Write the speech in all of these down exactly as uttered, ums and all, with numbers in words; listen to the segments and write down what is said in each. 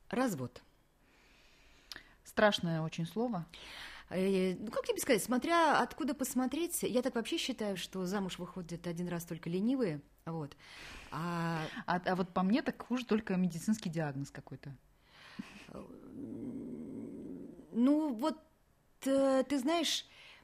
Развод. Страшное очень слово. Ну, как тебе сказать, смотря откуда посмотреть, я так вообще считаю, что замуж выходят один раз только ленивые, вот. А, а, а вот по мне так хуже только медицинский диагноз какой-то. Ну, вот, ты знаешь,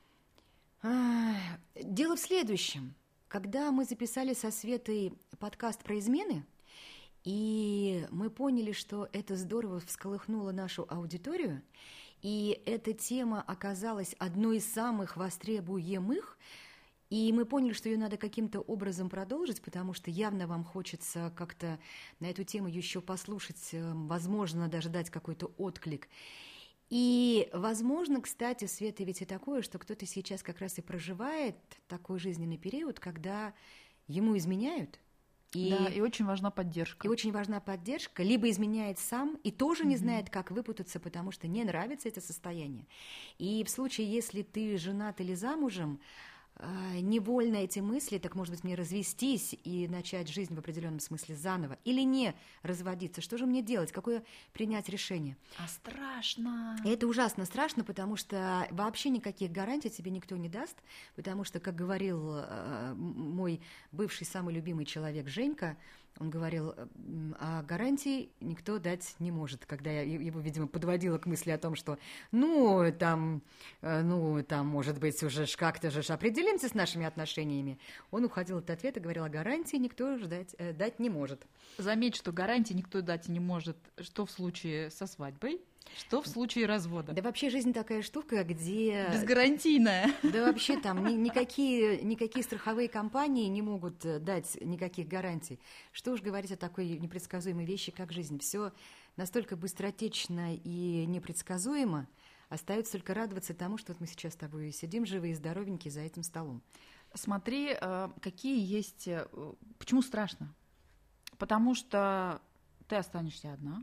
дело в следующем. Когда мы записали со Светой подкаст про измены, и мы поняли, что это здорово всколыхнуло нашу аудиторию, и эта тема оказалась одной из самых востребуемых, и мы поняли, что ее надо каким-то образом продолжить, потому что явно вам хочется как-то на эту тему еще послушать, возможно, даже дать какой-то отклик. И, возможно, кстати, Света, ведь и такое, что кто-то сейчас как раз и проживает такой жизненный период, когда ему изменяют. И, да, и очень важна поддержка. И очень важна поддержка. Либо изменяет сам и тоже не знает, как выпутаться, потому что не нравится это состояние. И в случае, если ты женат или замужем, невольно эти мысли, так, может быть, мне развестись и начать жизнь в определенном смысле заново, или не разводиться, что же мне делать, какое принять решение? А страшно. И это ужасно страшно, потому что вообще никаких гарантий тебе никто не даст, потому что, как говорил э, мой бывший самый любимый человек Женька, он говорил, а гарантий никто дать не может, когда я его, видимо, подводила к мысли о том, что, ну, там, ну, там, может быть, уже как-то же определимся с нашими отношениями. Он уходил от ответа, говорил, а гарантии никто ждать, э, дать не может. Заметь, что гарантии никто дать не может, что в случае со свадьбой, что в случае развода. Да вообще жизнь такая штука, где... Безгарантийная. Да вообще там ни, никакие, никакие страховые компании не могут дать никаких гарантий. Что уж говорить о такой непредсказуемой вещи, как жизнь. Все настолько быстротечно и непредсказуемо. Остается только радоваться тому, что вот мы сейчас с тобой сидим живые и здоровенькие за этим столом. Смотри, какие есть... Почему страшно? Потому что ты останешься одна.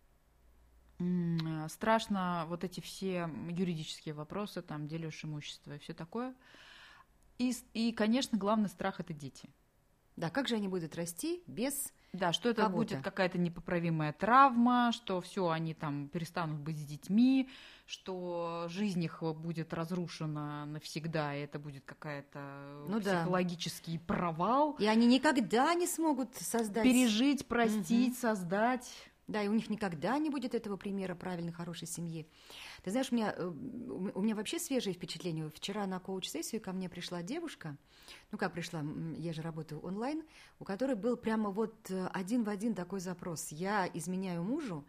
Страшно вот эти все юридические вопросы, там, делишь имущество и все такое. И, и, конечно, главный страх – это дети. Да, как же они будут расти без Да, что это кого-то? Будет какая-то непоправимая травма, что все, они там перестанут быть с детьми, что жизнь их будет разрушена навсегда, и это будет какая-то ну, психологический да. провал. И они никогда не смогут создать... Пережить, простить, угу. создать... Да, и у них никогда не будет этого примера правильной, хорошей семьи. Ты знаешь, у меня, у меня вообще свежие впечатления. Вчера на коуч-сессию ко мне пришла девушка, ну как пришла, я же работаю онлайн, у которой был прямо вот один в один такой запрос. Я изменяю мужу,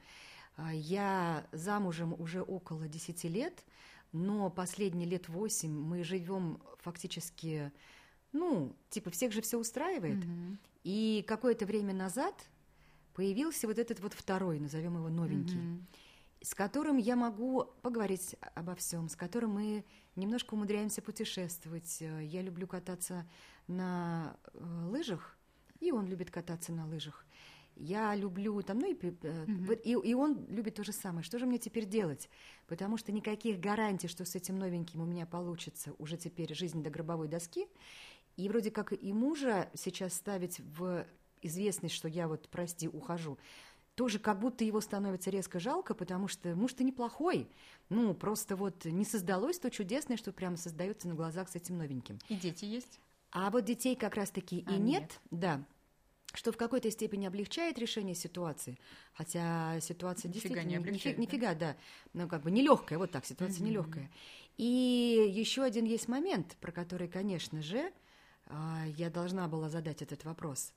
я замужем уже около десяти лет, но последние лет восемь мы живем фактически, ну, типа всех же все устраивает. Mm-hmm. И какое-то время назад... появился вот этот вот второй, назовем его новенький, mm-hmm. с которым я могу поговорить обо всем, с которым мы немножко умудряемся путешествовать. Я люблю кататься на лыжах, и он любит кататься на лыжах. Я люблю там, ну и, mm-hmm. и, и он любит то же самое. Что же мне теперь делать? Потому что никаких гарантий, что с этим новеньким у меня получится уже теперь жизнь до гробовой доски. И вроде как и мужа сейчас ставить в... известность, что я вот, прости, ухожу, тоже как будто его становится резко жалко, потому что муж-то неплохой. Ну, просто вот не создалось то чудесное, что прямо создается на глазах с этим новеньким. И дети есть? А вот детей как раз-таки а, и нет, нет, да, что в какой-то степени облегчает решение ситуации, хотя ситуация нифига действительно не облегчает, нифига, да? нифига, да, ну как бы нелегкая, вот так, ситуация mm-hmm. нелегкая. И еще один есть момент, про который, конечно же, я должна была задать этот вопрос.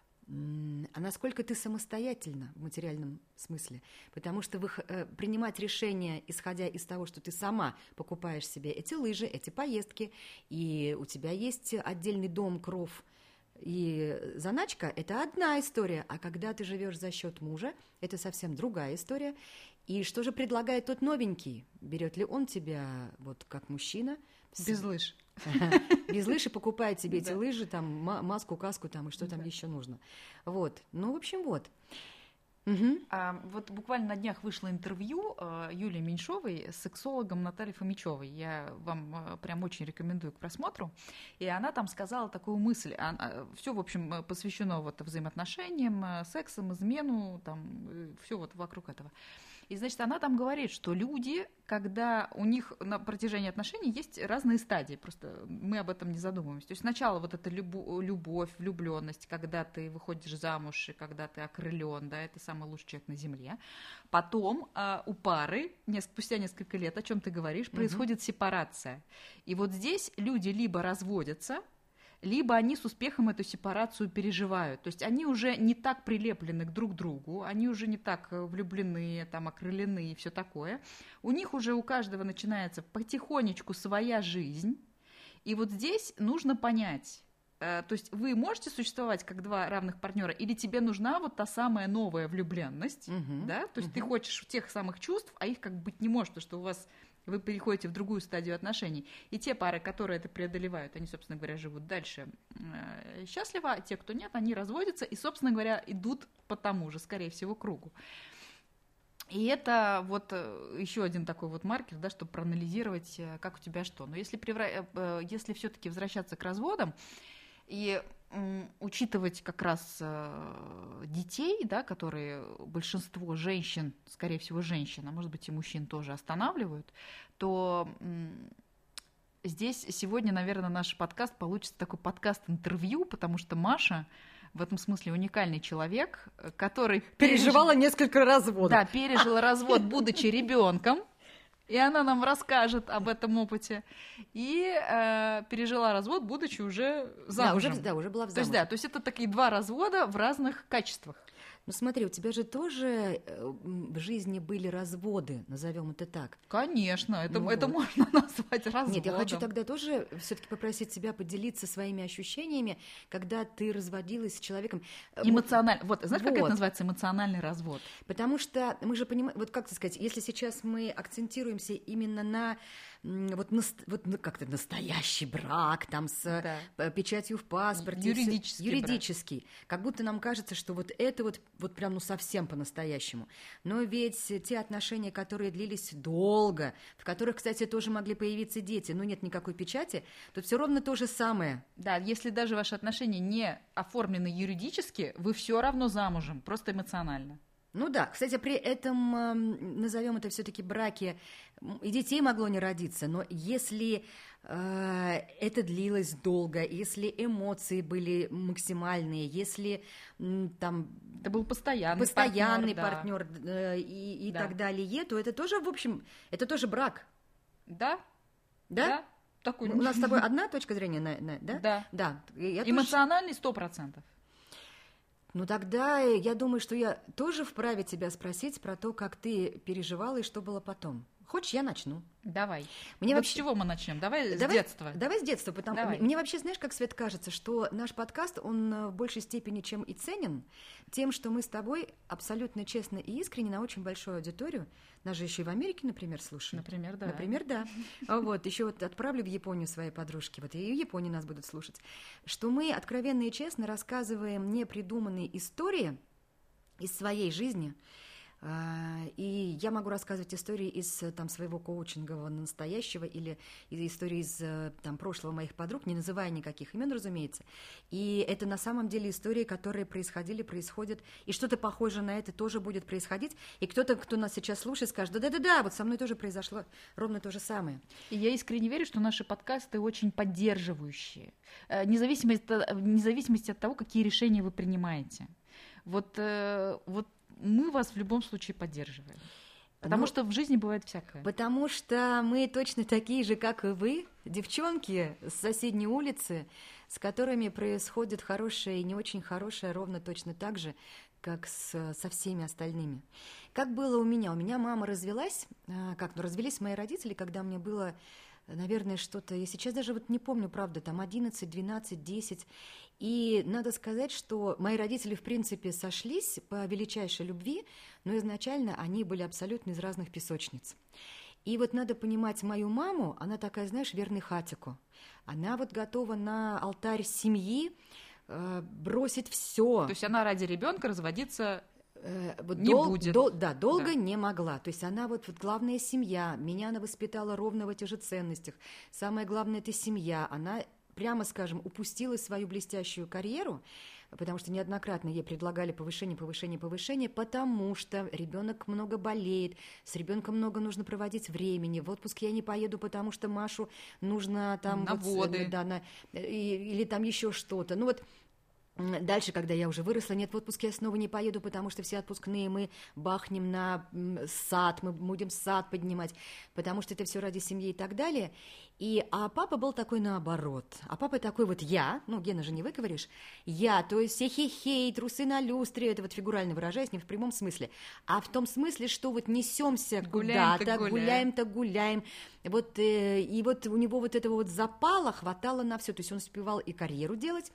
А насколько ты самостоятельна в материальном смысле? Потому что вы, э, принимать решения, исходя из того, что ты сама покупаешь себе эти лыжи, эти поездки, и у тебя есть отдельный дом, кров и заначка, это одна история. А когда ты живешь за счет мужа, это совсем другая история. И что же предлагает тот новенький? Берет ли он тебя вот как мужчина? Без лыж. Без лыж и покупает себе эти лыжи, там, маску, каску там, и что там еще нужно. Вот. Ну, в общем, вот. Угу. А, вот буквально на днях вышло интервью а, Юлии Меньшовой с сексологом Натальей Фомичевой. Я вам а, прям очень рекомендую к просмотру. И она там сказала такую мысль. Она, все, в общем, посвящено вот взаимоотношениям, сексам, измену, там, все вот вокруг этого. И, значит, она там говорит, что люди, когда у них на протяжении отношений есть разные стадии, просто мы об этом не задумываемся. То есть сначала вот эта любовь, влюбленность, когда ты выходишь замуж и когда ты окрылен, да, это самый лучший человек на земле. Потом а, у пары, спустя несколько лет, о чем ты говоришь, происходит угу. сепарация. И вот здесь люди либо разводятся, либо они с успехом эту сепарацию переживают. То есть они уже не так прилеплены друг к другу, они уже не так влюблены, там, окрылены и все такое. У них уже у каждого начинается потихонечку своя жизнь. И вот здесь нужно понять, то есть вы можете существовать как два равных партнера, или тебе нужна вот та самая новая влюбленность, uh-huh. да? То есть uh-huh. ты хочешь тех самых чувств, а их как бы быть не может, потому что у вас вы переходите в другую стадию отношений. И те пары, которые это преодолевают, они, собственно говоря, живут дальше э, счастливо, а те, кто нет, они разводятся и, собственно говоря, идут по тому же, скорее всего, кругу. И это вот еще один такой вот маркер, да, чтобы проанализировать, как у тебя что. Но если, превра... если все-таки возвращаться к разводам и м, учитывать как раз э, детей, да, которые большинство женщин, скорее всего, женщин, а может быть и мужчин тоже останавливают, то м, здесь сегодня, наверное, наш подкаст получится такой подкаст-интервью, потому что Маша в этом смысле уникальный человек, который переживала переж... несколько разводов. Да, пережила развод, будучи ребенком. И она нам расскажет об этом опыте. И э, пережила развод, будучи уже замужем. Да, уже, да, уже была в замужем. То есть, да, то есть это такие два развода в разных качествах. Ну смотри, у тебя же тоже в жизни были разводы, назовем это так. Конечно, это, ну, это вот. Можно назвать разводом. Нет, я хочу тогда тоже все-таки попросить тебя поделиться своими ощущениями, когда ты разводилась с человеком. Эмоционально. Вот, знаешь, вот. Как это называется эмоциональный развод? Потому что мы же понимаем, вот как сказать, если сейчас мы акцентируемся именно на вот, вот как-то настоящий брак, там с да. печатью в паспорте. Юридический. Юридический. Брак. Как будто нам кажется, что вот это вот, вот прям ну совсем по-настоящему. Но ведь те отношения, которые длились долго, в которых, кстати, тоже могли появиться дети, но нет никакой печати, тут все ровно то же самое. Да, если даже ваши отношения не оформлены юридически, вы все равно замужем, просто эмоционально. Ну да, кстати, при этом, э, назовем это все-таки браки, и детей могло не родиться, но если э, это длилось долго, если эмоции были максимальные, если э, там... Это был постоянный, постоянный партнер, партнер да. э, и, и да. так далее, то это тоже, в общем, это тоже брак. Да. Да? Да. Такой... У нас с тобой одна точка зрения, на, на, да? Да. Да. Я эмоциональный сто процентов. Ну тогда я думаю, что я тоже вправе тебя спросить про то, как ты переживала и что было потом. Хочешь, я начну? Давай. Мне вот вообще... с чего мы начнем? Давай, давай с детства. Давай с детства, потому давай. Мне вообще, знаешь, как, Свет, кажется, что наш подкаст, он в большей степени, чем и ценен, тем, что мы с тобой абсолютно честно и искренне на очень большую аудиторию, нас же еще и в Америке, например, слушают. Например, да. Например, да. Вот, еще вот отправлю в Японию своей подружки, вот и в Японии нас будут слушать, что мы откровенно и честно рассказываем непридуманные истории из своей жизни. И я могу рассказывать истории из там, своего коучингового настоящего или из истории из там, прошлого моих подруг, не называя никаких имен, разумеется. И это на самом деле истории, которые происходили, происходят, и что-то похожее на это тоже будет происходить. И кто-то, кто нас сейчас слушает, скажет, да-да-да, вот со мной тоже произошло ровно то же самое. И я искренне верю, что наши подкасты очень поддерживающие, вне зависимости, вне зависимости от того, какие решения вы принимаете. Вот, вот мы вас в любом случае поддерживаем. Потому ну, что в жизни бывает всякое. Потому что мы точно такие же, как и вы, девчонки с соседней улицы, с которыми происходит хорошее и не очень хорошее ровно точно так же, как с, со всеми остальными. Как было у меня? У меня мама развелась, как, ну, развелись мои родители, когда мне было, наверное, что-то, я сейчас даже вот не помню, правда, там одиннадцать, двенадцать, десять, и надо сказать, что мои родители, в принципе, сошлись по величайшей любви, но изначально они были абсолютно из разных песочниц. И вот надо понимать мою маму, она такая, знаешь, верный хатику. Она вот готова на алтарь семьи э, бросить все. То есть она ради ребенка разводиться Вот не дол- будет. Дол- да, долго да. не могла. То есть она вот, вот главная семья. Меня она воспитала ровно в этих же ценностях. Самое главное – это семья. Она, прямо скажем, упустила свою блестящую карьеру, потому что неоднократно ей предлагали повышение, повышение, повышение, потому что ребенок много болеет, с ребенком много нужно проводить времени. В отпуск я не поеду, потому что Машу нужно там… На вот, воды. Да, на, и, или там еще что-то. Ну вот… Дальше, когда я уже выросла, нет, в отпуск я снова не поеду, потому что все отпускные мы бахнем на сад, мы будем сад поднимать, потому что это все ради семьи и так далее. И, а папа был такой наоборот. А папа такой вот я, ну, Гена же не выговоришь, я, то есть все хе-хей, трусы на люстре, это вот фигурально выражаясь, не в прямом смысле, а в том смысле, что вот несемся куда-то, гуляем-то гуляем. Вот, э, и вот у него вот этого вот запала хватало на все, то есть он успевал и карьеру делать,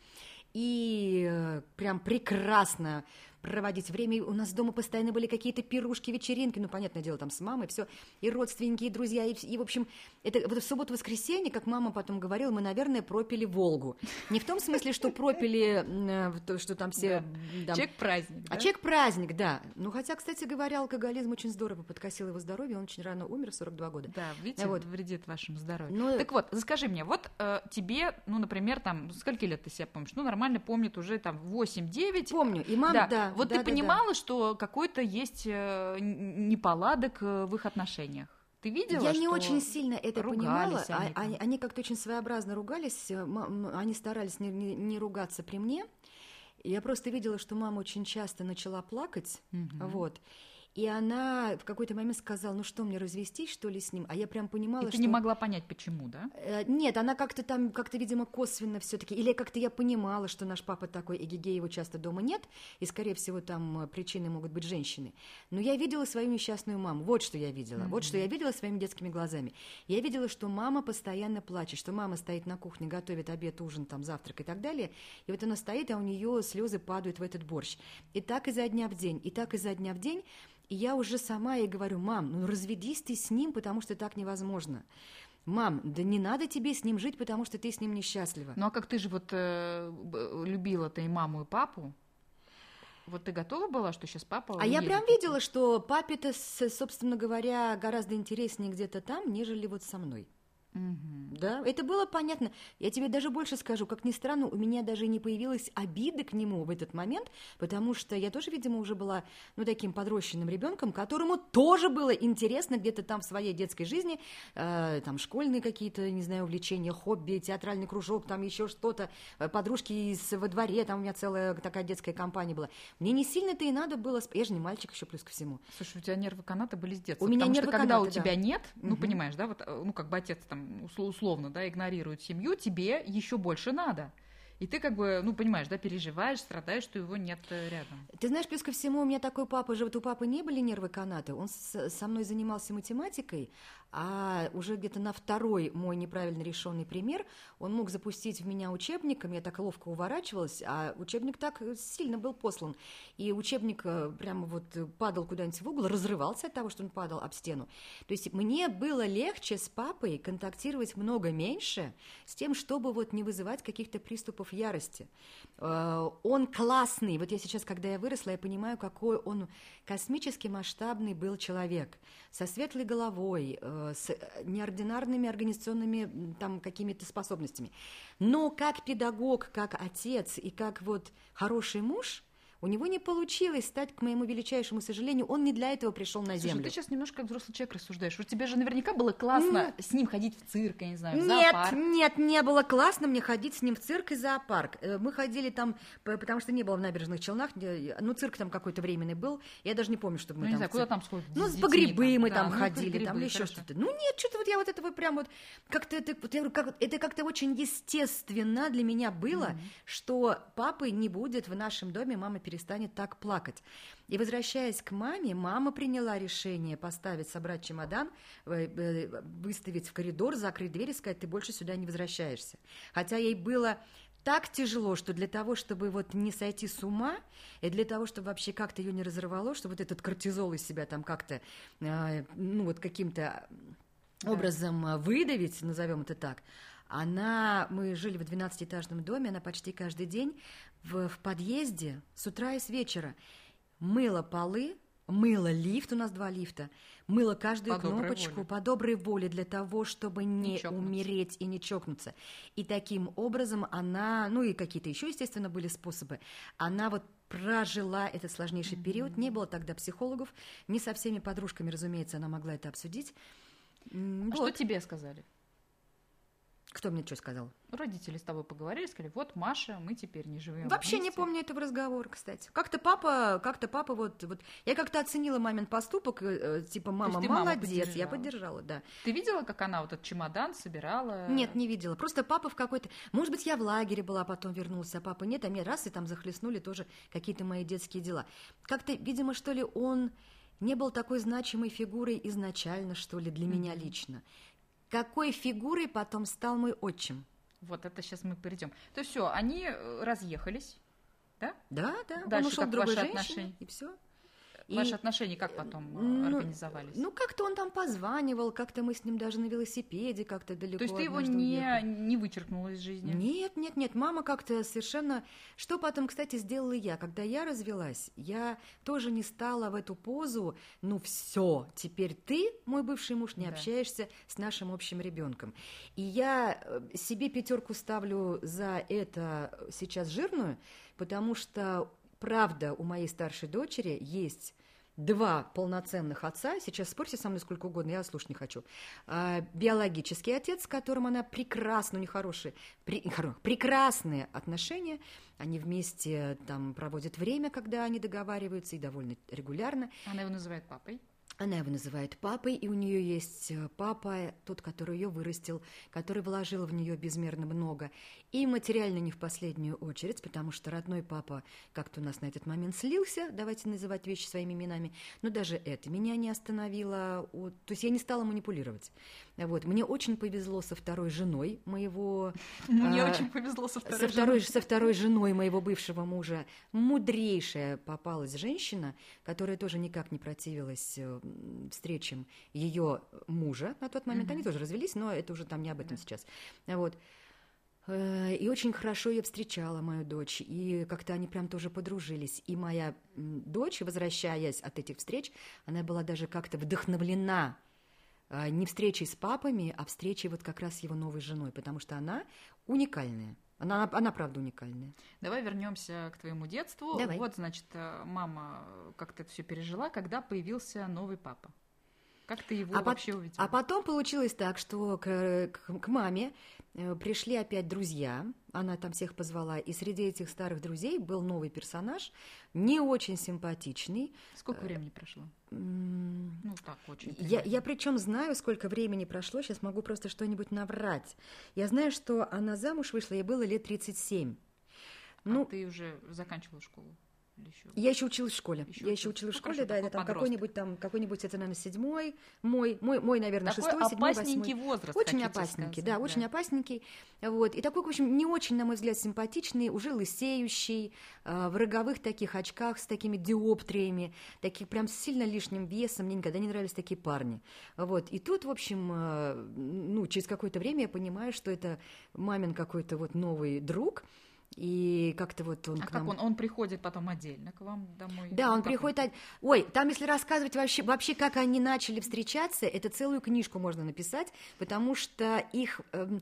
и э, прям прекрасно проводить время. И у нас дома постоянно были какие-то пирушки, вечеринки, ну, понятное дело, там с мамой, все, и родственники, и друзья, и, и в общем, это вот в субботу-воскресенье, как мама потом говорила, мы, наверное, пропили Волгу. Не в том смысле, что пропили, э, что там все… Да. Чек-праздник, А да? чек-праздник, да. Ну, хотя, кстати говоря, алкоголизм очень здорово подкосил его здоровье, он очень рано умер, в сорок два года. Да, видите, вот. Вредит вашему здоровью. Но... Так вот, скажи мне, вот э, тебе, ну, например, там, сколько лет ты себя помнишь? Ну, нормально помнит уже там восемь-девять. Помню, и мама, да. да. Вот да, ты да, понимала, да. что какой-то есть э, неполадок э, в их отношениях? Ты видела, Я что не очень сильно это понимала. Они, а, они, они как-то очень своеобразно ругались. Они старались не, не, не ругаться при мне. Я просто видела, что мама очень часто начала плакать. Угу. Вот. И она в какой-то момент сказала, ну что, мне развестись, что ли, с ним? А я прям понимала, и ты что… не могла понять, почему, да? Нет, она как-то там, как-то, видимо, косвенно все-таки, или как-то я понимала, что наш папа такой, эгегей, его часто дома нет, и, скорее всего, там причины могут быть женщины. Но я видела свою несчастную маму, вот что я видела, mm-hmm. вот что я видела своими детскими глазами. Я видела, что мама постоянно плачет, что мама стоит на кухне, готовит обед, ужин, там, завтрак и так далее, и вот она стоит, а у нее слезы падают в этот борщ. И так изо дня в день, и так изо дня в день. И я уже сама ей говорю, мам, ну разведись ты с ним, потому что так невозможно. Мам, да не надо тебе с ним жить, потому что ты с ним несчастлива. Ну а как ты же вот э, любила-то и маму, и папу? Вот ты готова была, что сейчас папа… А я прям видела, что папе-то, собственно говоря, гораздо интереснее где-то там, нежели вот со мной. Угу. Да, это было понятно. Я тебе даже больше скажу, как ни странно, у меня даже не появилось обиды к нему в этот момент, потому что я тоже, видимо, уже была, ну, таким подрощенным ребенком, которому тоже было интересно где-то там в своей детской жизни, э, там школьные какие-то, не знаю, увлечения, хобби, театральный кружок, там еще что-то, подружки из, во дворе, там у меня целая такая детская компания была. Мне не сильно-то и надо было, я же не мальчик еще плюс ко всему. Слушай, у тебя нервы каната были с детства, у меня потому нервы что когда каната, у тебя да. нет, ну, угу. понимаешь, да, вот, ну, как бы отец там условно, да, игнорирует семью, тебе еще больше надо. И ты как бы, ну, понимаешь, да, переживаешь, страдаешь, что его нет рядом. Ты знаешь, плюс ко всему, у меня такой папа же, вот у папы не были нервы каната, он с, со мной занимался математикой, а уже где-то на второй мой неправильно решенный пример он мог запустить в меня учебником, я так ловко уворачивалась, а учебник так сильно был послан, и учебник прямо вот падал куда-нибудь в угол, разрывался от того, что он падал об стену. То есть мне было легче с папой контактировать много меньше с тем, чтобы вот не вызывать каких-то приступов ярости. Он классный, вот я сейчас, когда я выросла, я понимаю, какой он космически масштабный был человек, со светлой головой, с неординарными организационными там какими-то способностями. Но как педагог, как отец и как вот хороший муж, у него не получилось стать, к моему величайшему сожалению, он не для этого пришел на землю. Слушай, ты сейчас немножко как взрослый человек рассуждаешь. У тебя же наверняка было классно mm. с ним ходить в цирк, я не знаю, в нет, зоопарк. Нет, не было классно мне ходить с ним в цирк и зоопарк. Мы ходили там, потому что не было в Набережных Челнах, ну, цирк там какой-то временный был, я даже не помню, чтобы мы ну, там… не знаю, куда там сходят? Ну, с погребы мы да, там ну, ходили, грибы, там или еще хорошо. что-то. Ну, нет, что-то вот я вот этого прям вот, как-то это, вот я говорю, как, это как-то очень естественно для меня было, mm-hmm. что папы не будет в нашем доме, мама перестанет так плакать. И возвращаясь к маме, мама приняла решение поставить, собрать чемодан, выставить в коридор, закрыть дверь и сказать, ты больше сюда не возвращаешься. Хотя ей было так тяжело, что для того, чтобы вот не сойти с ума, и для того, чтобы вообще как-то ее не разорвало, чтобы вот этот кортизол из себя там как-то, ну вот каким-то да. образом выдавить, назовем это так, она, мы жили в двенадцатиэтажном доме, она почти каждый день в, в подъезде с утра и с вечера мыла полы, мыла лифт, у нас два лифта, мыла каждую по кнопочку по доброй воле для того, чтобы не, не умереть и не чокнуться. И таким образом она, ну и какие-то еще, естественно, были способы, она вот прожила этот сложнейший mm-hmm. период. Не было тогда психологов, не со всеми подружками, разумеется, она могла это обсудить. А вот. Что тебе сказали? Кто мне что сказал? Родители с тобой поговорили, сказали, вот, Маша, мы теперь не живем Вообще вместе. Не помню этого разговора, кстати. Как-то папа, как-то папа вот, вот... Я как-то оценила мамин поступок, э, типа, мама, молодец, я поддержала, да. Ты видела, как она вот этот чемодан собирала? Нет, не видела. Просто папа в какой-то... Может быть, я в лагере была, потом вернулся, а папа нет, а мне раз и там захлестнули тоже какие-то мои детские дела. Как-то, видимо, что ли, он не был такой значимой фигурой изначально, что ли, для mm-hmm. меня лично. Какой фигурой потом стал мой отчим? Вот это сейчас мы перейдем. То есть все, они разъехались, да? Да, да. Дальше он ушел к другой женщине, отношения? И все. Ваши и... отношения как потом ну, организовались? Ну, как-то он там позванивал, как-то мы с ним даже на велосипеде как-то далеко. То есть ты его не, не вычеркнула из жизни? Нет, нет, нет. Мама как-то совершенно... Что потом, кстати, сделала я? Когда я развелась, я тоже не стала в эту позу, ну все, теперь ты, мой бывший муж, не да. общаешься с нашим общим ребенком. И я себе пятерку ставлю за это сейчас жирную, потому что... Правда, у моей старшей дочери есть два полноценных отца. Сейчас спорьте со мной сколько угодно, я слушать не хочу. А, биологический отец, с которым она прекрасно, у них хорошие, при, прекрасные отношения. Они вместе там проводят время, когда они договариваются, и довольно регулярно. Она его называет папой. Она его называет папой, и у нее есть папа, тот, который ее вырастил, который вложил в нее безмерно много. И материально не в последнюю очередь, потому что родной папа как-то у нас на этот момент слился, давайте называть вещи своими именами, но даже это меня не остановило, то есть я не стала манипулировать. Вот. Мне очень повезло со второй женой моего... Мне а, очень повезло со второй, со второй женой. Со второй женой моего бывшего мужа. Мудрейшая попалась женщина, которая тоже никак не противилась встречам ее мужа на тот момент. Mm-hmm. Они тоже развелись, но это уже там не об этом mm-hmm. сейчас. Вот. И очень хорошо я встречала мою дочь, и как-то они прям тоже подружились. И моя дочь, возвращаясь от этих встреч, она была даже как-то вдохновлена не встречей с папами, а встречей вот как раз с его новой женой, потому что она уникальная. Она, она правда уникальная. Давай вернемся к твоему детству. Давай. Вот, значит, мама как-то это все пережила, когда появился новый папа. Как ты его а вообще по- увидела? А потом получилось так, что к, к, к маме пришли опять друзья, она там всех позвала, и среди этих старых друзей был новый персонаж, не очень симпатичный. Сколько времени прошло? Mm- ну, так, очень. Я, я причем знаю, сколько времени прошло, сейчас могу просто что-нибудь наврать. Я знаю, что она замуж вышла, ей было лет тридцать семь. А ну, ты уже заканчивала школу? Еще? Я еще училась в школе. Еще я еще училась ну, в школе, хорошо, да, это там какой-нибудь там, какой-нибудь, это, наверное, седьмой, мой, мой, мой, наверное, такой шестой, седьмой, восьмой. Опасненький возраст, очень опасненький, да, да, очень опасненький. Вот. И такой, в общем, не очень, на мой взгляд, симпатичный, уже лысеющий, э, в роговых таких очках с такими диоптриями, таких прям с сильно лишним весом. Мне никогда не нравились такие парни. Вот. И тут, в общем, э, ну, через какое-то время я понимаю, что это мамин какой-то вот новый друг. И как-то вот он а к как нам... он? Он приходит потом отдельно к вам домой? Да, он как приходит... Он... Ой, там, если рассказывать вообще, вообще, как они начали встречаться, это целую книжку можно написать, потому что их, э,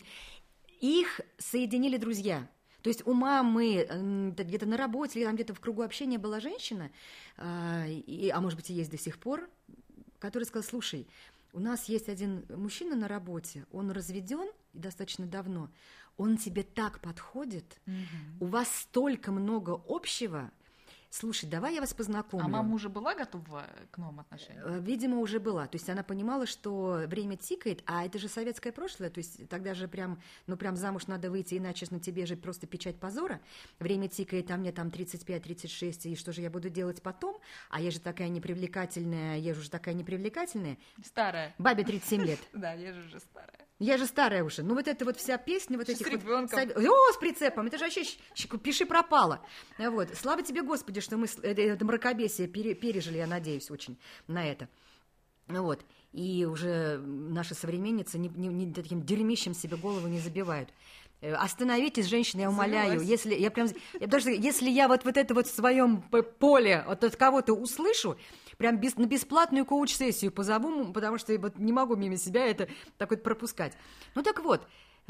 их соединили друзья. То есть у мамы э, где-то на работе или там где-то в кругу общения была женщина, э, и, а может быть и есть до сих пор, которая сказала, слушай, у нас есть один мужчина на работе, он разведен достаточно давно, он тебе так подходит, угу. у вас столько много общего. Слушай, давай я вас познакомлю. А мама уже была готова к новым отношениям? Видимо, уже была. То есть она понимала, что время тикает, а это же советское прошлое. То есть тогда же прям, ну прям замуж надо выйти, иначе на тебе же просто печать позора. Время тикает, а мне там тридцать пять тридцать шесть, и что же я буду делать потом? А я же такая непривлекательная, я же уже такая непривлекательная. Старая. Бабе тридцать семь лет. Да, я же уже старая. Я же старая уже. Ну, вот это вот вся песня, вот этих с ребенком. Вот... О, с прицепом. Это же вообще пиши пропало. Вот. Слава тебе, Господи, что мы это мракобесие пережили, я надеюсь, очень на это. Вот. И уже наши современницы не, не, не таким дерьмищем себе голову не забивают. Остановитесь, женщина, я умоляю. Завелась. Если я прям, я даже, если я вот, вот это вот в своем поле вот от кого-то услышу, прям без, на бесплатную коуч-сессию позову, потому что вот не могу мимо себя это так вот пропускать. Ну так вот,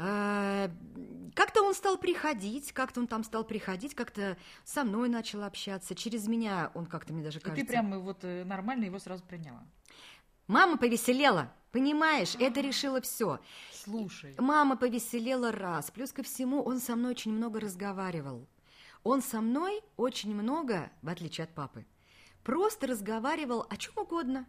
как-то он стал приходить, как-то он там стал приходить, как-то со мной начал общаться, через меня он как-то, мне даже кажется... И ты прям вот нормально его сразу приняла? Мама повеселела, понимаешь, А-а-а. это решило все. Слушай. Мама повеселела раз, плюс ко всему он со мной очень много разговаривал. Он со мной очень много, в отличие от папы, просто разговаривал о чем угодно.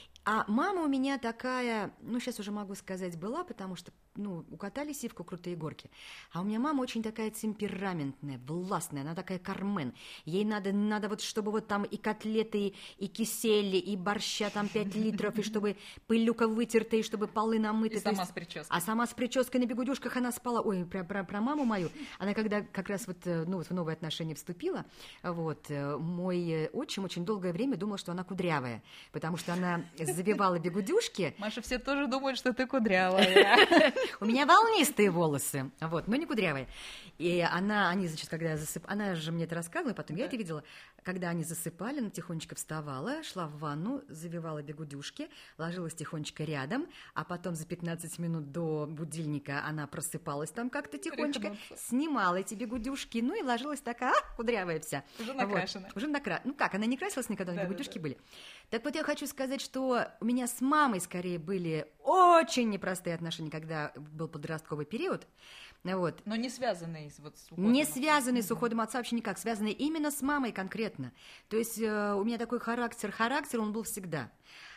А мама у меня такая, ну, сейчас уже могу сказать, была, потому что, ну, укатали сивку крутые горки. А у меня мама очень такая темпераментная, властная, она такая Кармен. Ей надо, надо вот, чтобы вот там и котлеты, и кисели, и борща там пять литров, и чтобы пылюка вытерта, и чтобы полы намыты. И сама есть, с прической. А сама с прической на бегудюшках она спала. Ой, про, про, про маму мою. Она когда как раз вот, ну, вот в новые отношения вступила, вот, мой отчим очень долгое время думал, что она кудрявая, потому что она... завивала бегудюшки. Маша, все тоже думают, что ты кудрявая. У меня волнистые волосы, вот, но не кудрявые. И она, они, значит, когда засыпали, она же мне это рассказывала, потом я это видела, когда они засыпали, она тихонечко вставала, шла в ванну, завивала бегудюшки, ложилась тихонечко рядом, а потом за пятнадцать минут до будильника она просыпалась там как-то тихонечко, снимала эти бегудюшки, ну и ложилась такая, а, кудрявая вся. Уже накрашена. Вот, уже накрашена. Ну как, она не красилась никогда, да, бегудюшки да, да. были. Так вот я хочу сказать, что у меня с мамой скорее были очень непростые отношения, когда был подростковый период. Вот. Но не связанные с, вот, с уходом Не отца. связанные с уходом отца вообще никак, связанные именно с мамой конкретно. То есть э, у меня такой характер, характер он был всегда.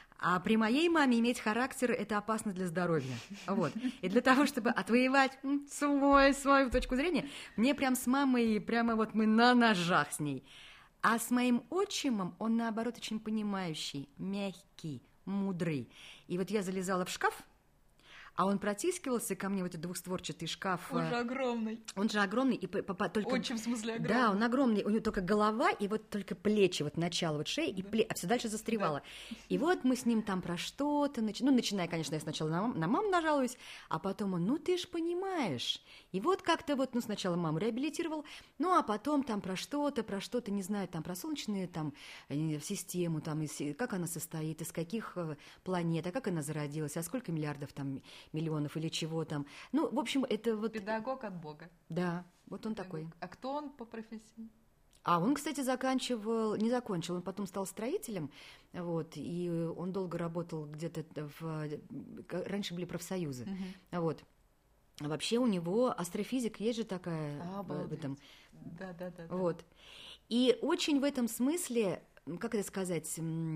А при моей маме иметь характер – это опасно для здоровья. Вот. И для того, чтобы отвоевать свой, свою точку зрения, мне прям с мамой, прямо вот мы на ножах с ней. А с моим отчимом он, наоборот, очень понимающий, мягкий, мудрый. И вот я залезала в шкаф, а он протискивался ко мне в этот двухстворчатый шкаф. Он же огромный. Он же огромный. И только... Очень, в смысле, огромный. Да, он огромный. У него только голова и вот только плечи, вот начало вот шеи, да. и плечи, а все дальше застревало. Да. И вот мы с ним там про что-то... Нач... Ну, начиная, конечно, я сначала на, мам, на маму нажалуюсь, а потом он, ну, ты ж понимаешь. И вот как-то вот, ну, сначала маму реабилитировал, ну, а потом там про что-то, про что-то, не знаю, там про солнечную там систему, там, из, как она состоит, из каких планет, а как она зародилась, а сколько миллиардов там... миллионов или чего там. Ну, в общем, это вот... Педагог от Бога. Да, вот он Педагог. такой. А кто он по профессии? А он, кстати, заканчивал, не закончил, он потом стал строителем, вот, и он долго работал где-то в... Раньше были профсоюзы, uh-huh. вот. А вообще у него астрофизика, есть же такая а, в этом. Да, да, да. Вот. И очень в этом смысле, как это сказать...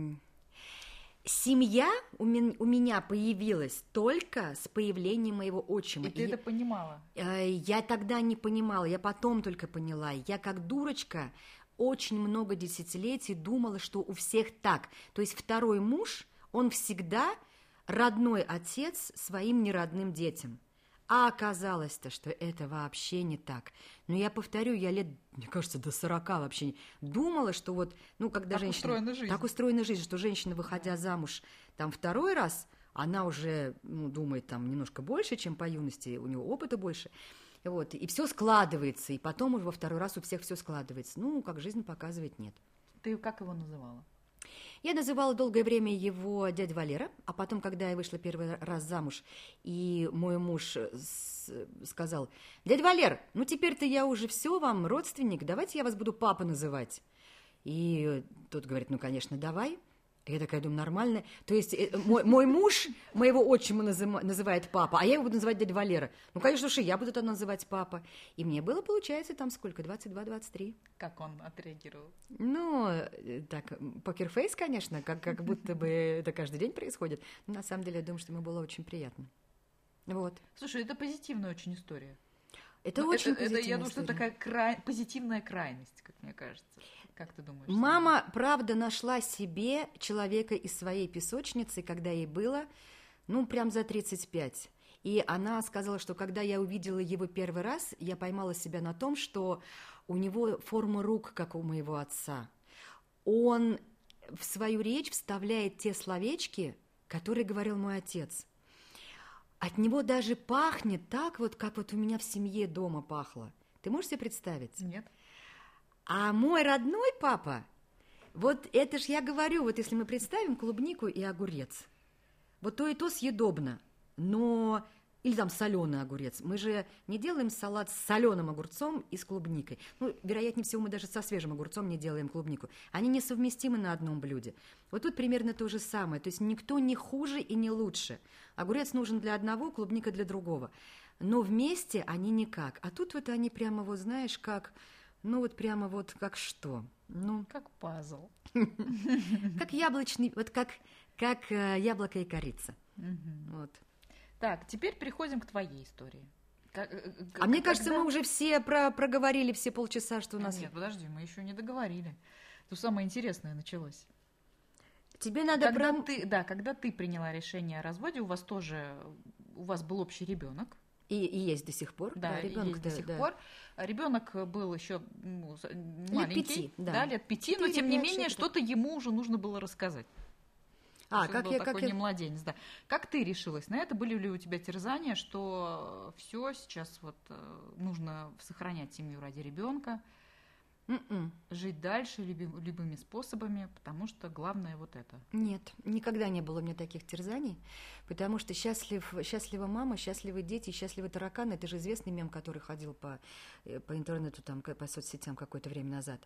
Семья у меня, у меня появилась только с появлением моего отчима. И ты и это понимала? Я, я тогда не понимала, я потом только поняла. Я как дурочка очень много десятилетий думала, что у всех так. То есть второй муж, он всегда родной отец своим неродным детям. А оказалось-то, что это вообще не так. Но я повторю, я лет, мне кажется, до сорока вообще думала, что вот, ну, когда так женщина... устроена жизнь. Так устроена жизнь, что женщина, выходя замуж там второй раз, она уже, ну, думает там немножко больше, чем по юности, у нее опыта больше. Вот, и все складывается, и потом уже во второй раз у всех все складывается. Ну, как жизнь показывает, нет. Ты как его называла? Я называла долгое время его дядя Валера, а потом, когда я вышла первый раз замуж, и мой муж сказал: «Дядя Валер, ну теперь-то я уже все вам родственник, давайте я вас буду папа называть». И тот говорит: «Ну, конечно, давай». Я такая думаю, нормально. То есть мой, мой муж моего отчима называ, называет папа, а я его буду называть дядя Валера. Ну, конечно, что я буду тогда называть папа. И мне было, получается, там сколько? двадцать два - двадцать три. Как он отреагировал? Ну, так, покерфейс, конечно, как, как будто бы это каждый день происходит. Но на самом деле, я думаю, что ему было очень приятно. Вот. Слушай, это позитивная очень история. Это Но очень это, позитивная это, я думаю, история. что такая край... позитивная крайность, как мне кажется. Как ты думаешь? Мама, правда, нашла себе человека из своей песочницы, когда ей было, ну, прям за тридцать пять. И она сказала, что когда я увидела его первый раз, я поймала себя на том, что у него форма рук, как у моего отца. Он в свою речь вставляет те словечки, которые говорил мой отец. от него даже пахнет так вот, как вот у меня в семье дома пахло. Ты можешь себе представить? Нет. А мой родной папа, вот это ж я говорю, вот если мы представим клубнику и огурец, вот то и то съедобно, но... Или там соленый огурец. Мы же не делаем салат с соленым огурцом и с клубникой. Ну, вероятнее всего, мы даже со свежим огурцом не делаем клубнику. Они несовместимы на одном блюде. Вот тут примерно то же самое. То есть никто не хуже и не лучше. Огурец нужен для одного, клубника для другого. Но вместе они никак. А тут вот они прямо вот, знаешь, как... Ну, вот прямо вот как что? Ну, как пазл. Как яблочный... Вот как яблоко и корица. Вот. Так, теперь переходим к твоей истории. Как, а когда... мне кажется, мы уже все про проговорили все полчаса, что у нас... Нет, подожди, мы еще не договорили. Тут самое интересное началось. Тебе надо... Когда про... ты, да, когда ты приняла решение о разводе, у вас тоже... У вас был общий ребенок. И, и есть до сих пор. Да, да ребенок есть да, до сих да. пор. Ребенок был еще ну, маленький. Лет пяти, да. да, лет пяти, но тем не менее что-то ему уже нужно было рассказать. А, как был я, такой как не я... младенец, да. Как ты решилась на это? Были ли у тебя терзания, что все сейчас вот нужно сохранять семью ради ребенка, Mm-mm. жить дальше любыми способами, потому что главное вот это? Нет, никогда не было у меня таких терзаний, потому что счастлив, счастлива мама, счастливы дети, счастливы тараканы. Это же известный мем, который ходил по, по интернету, там, по соцсетям какое-то время назад.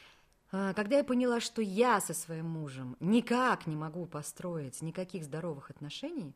Когда я поняла, что я со своим мужем никак не могу построить никаких здоровых отношений,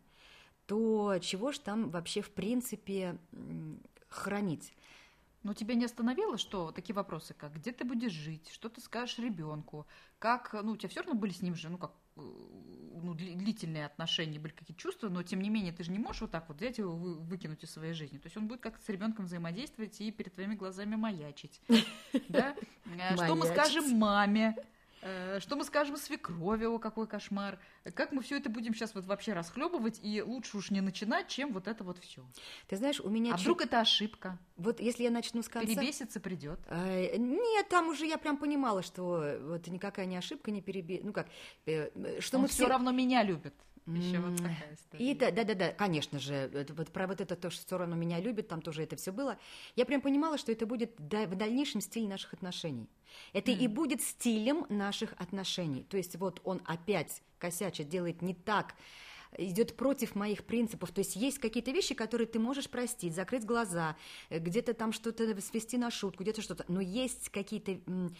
то чего ж там вообще в принципе хранить? Но тебя не остановило, что такие вопросы, как где ты будешь жить, что ты скажешь ребенку, как, ну, у тебя все равно были с ним же, ну, как, ну, длительные отношения, были какие-то чувства, но тем не менее ты же не можешь вот так вот взять его, выкинуть из своей жизни. То есть он будет как-то с ребенком взаимодействовать и перед твоими глазами маячить. Да? Что мы скажем маме? Что мы скажем свекрови, о, какой кошмар. Как мы все это будем сейчас вот вообще расхлебывать, и лучше уж не начинать, чем вот это вот все. Ты знаешь, у меня... А вдруг это ошибка? Вот если я начну с конца... Перебеситься придет. А, нет, там уже я прям понимала, что вот никакая не ошибка, не перебесится. Ну как, что Он мы все равно меня любит. Еще вот такая история. И да, да, да, да, конечно же, это, вот про вот это то, что все равно меня любит, там тоже это все было. Я прям понимала, что это будет в дальнейшем стиль наших отношений. Это mm. и будет стилем наших отношений. То есть вот он опять косячит, делает не так, идет против моих принципов. То есть есть какие-то вещи, которые ты можешь простить, закрыть глаза, где-то там что-то свести на шутку, где-то что-то. Но есть какие-то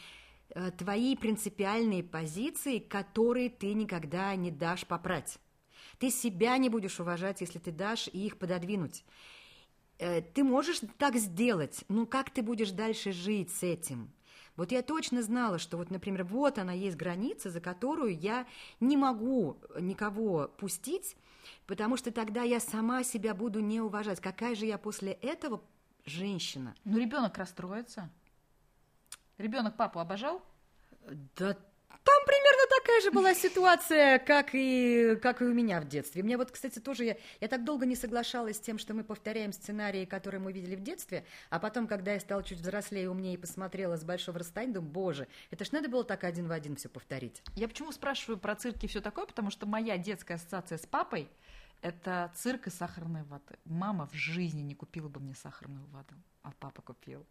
твои принципиальные позиции, которые ты никогда не дашь попрать. Ты себя не будешь уважать, если ты дашь и их пододвинуть. Ты можешь так сделать, но как ты будешь дальше жить с этим? Вот я точно знала, что вот, например, вот она есть граница, за которую я не могу никого пустить, потому что тогда я сама себя буду не уважать. Какая же я после этого женщина? Ну, ребенок расстроится. Ребенок папу обожал? Да. Там примерно такая же была ситуация, как и, как и у меня в детстве. Мне вот, кстати, тоже... Я, я так долго не соглашалась с тем, что мы повторяем сценарии, которые мы видели в детстве, а потом, когда я стала чуть взрослее, умнее и посмотрела с большого расстояния, думаю, боже, это ж надо было так один в один все повторить. Я почему спрашиваю про цирк и все такое? Потому что моя детская ассоциация с папой – это цирк и сахарная вата. Мама в жизни не купила бы мне сахарную вату, а папа купил.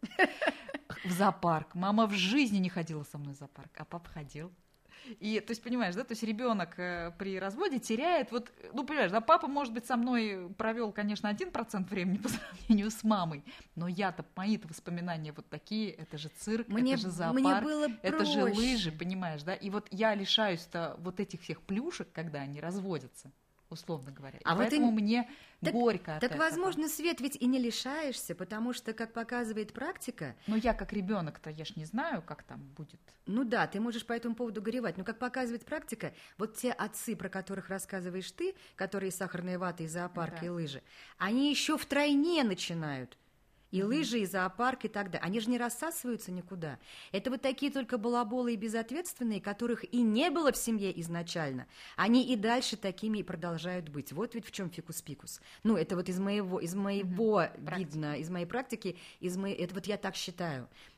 В зоопарк. Мама в жизни не ходила со мной в зоопарк, а папа ходил. И, то есть, понимаешь, да, то есть ребенок э, при разводе теряет, вот, ну, понимаешь, да, папа, может быть, со мной провел, конечно, один процент времени по сравнению с мамой, но я-то, мои-то воспоминания вот такие, это же цирк, мне, это же зоопарк, было это же лыжи, понимаешь, да, и вот я лишаюсь-то вот этих всех плюшек, когда они разводятся, условно говоря. А и вот поэтому и... мне так, горько от так, этого. возможно, Свет, ведь и не лишаешься, потому что, как показывает практика... Но я как ребенок-то, я ж не знаю, как там будет. Ну да, ты можешь по этому поводу горевать, но, как показывает практика, вот те отцы, про которых рассказываешь ты, которые сахарные ваты и зоопарк, да. и лыжи, они еще втройне начинают. И mm-hmm. лыжи, и зоопарк, и так далее. Они же не рассасываются никуда. Это вот такие только балаболы и безответственные, которых и не было в семье изначально. Они и дальше такими и продолжают быть. Вот ведь в чем фикус-пикус. Ну, это вот из моего, из моего mm-hmm. видно, из моей практики, из моей... это вот я так считаю.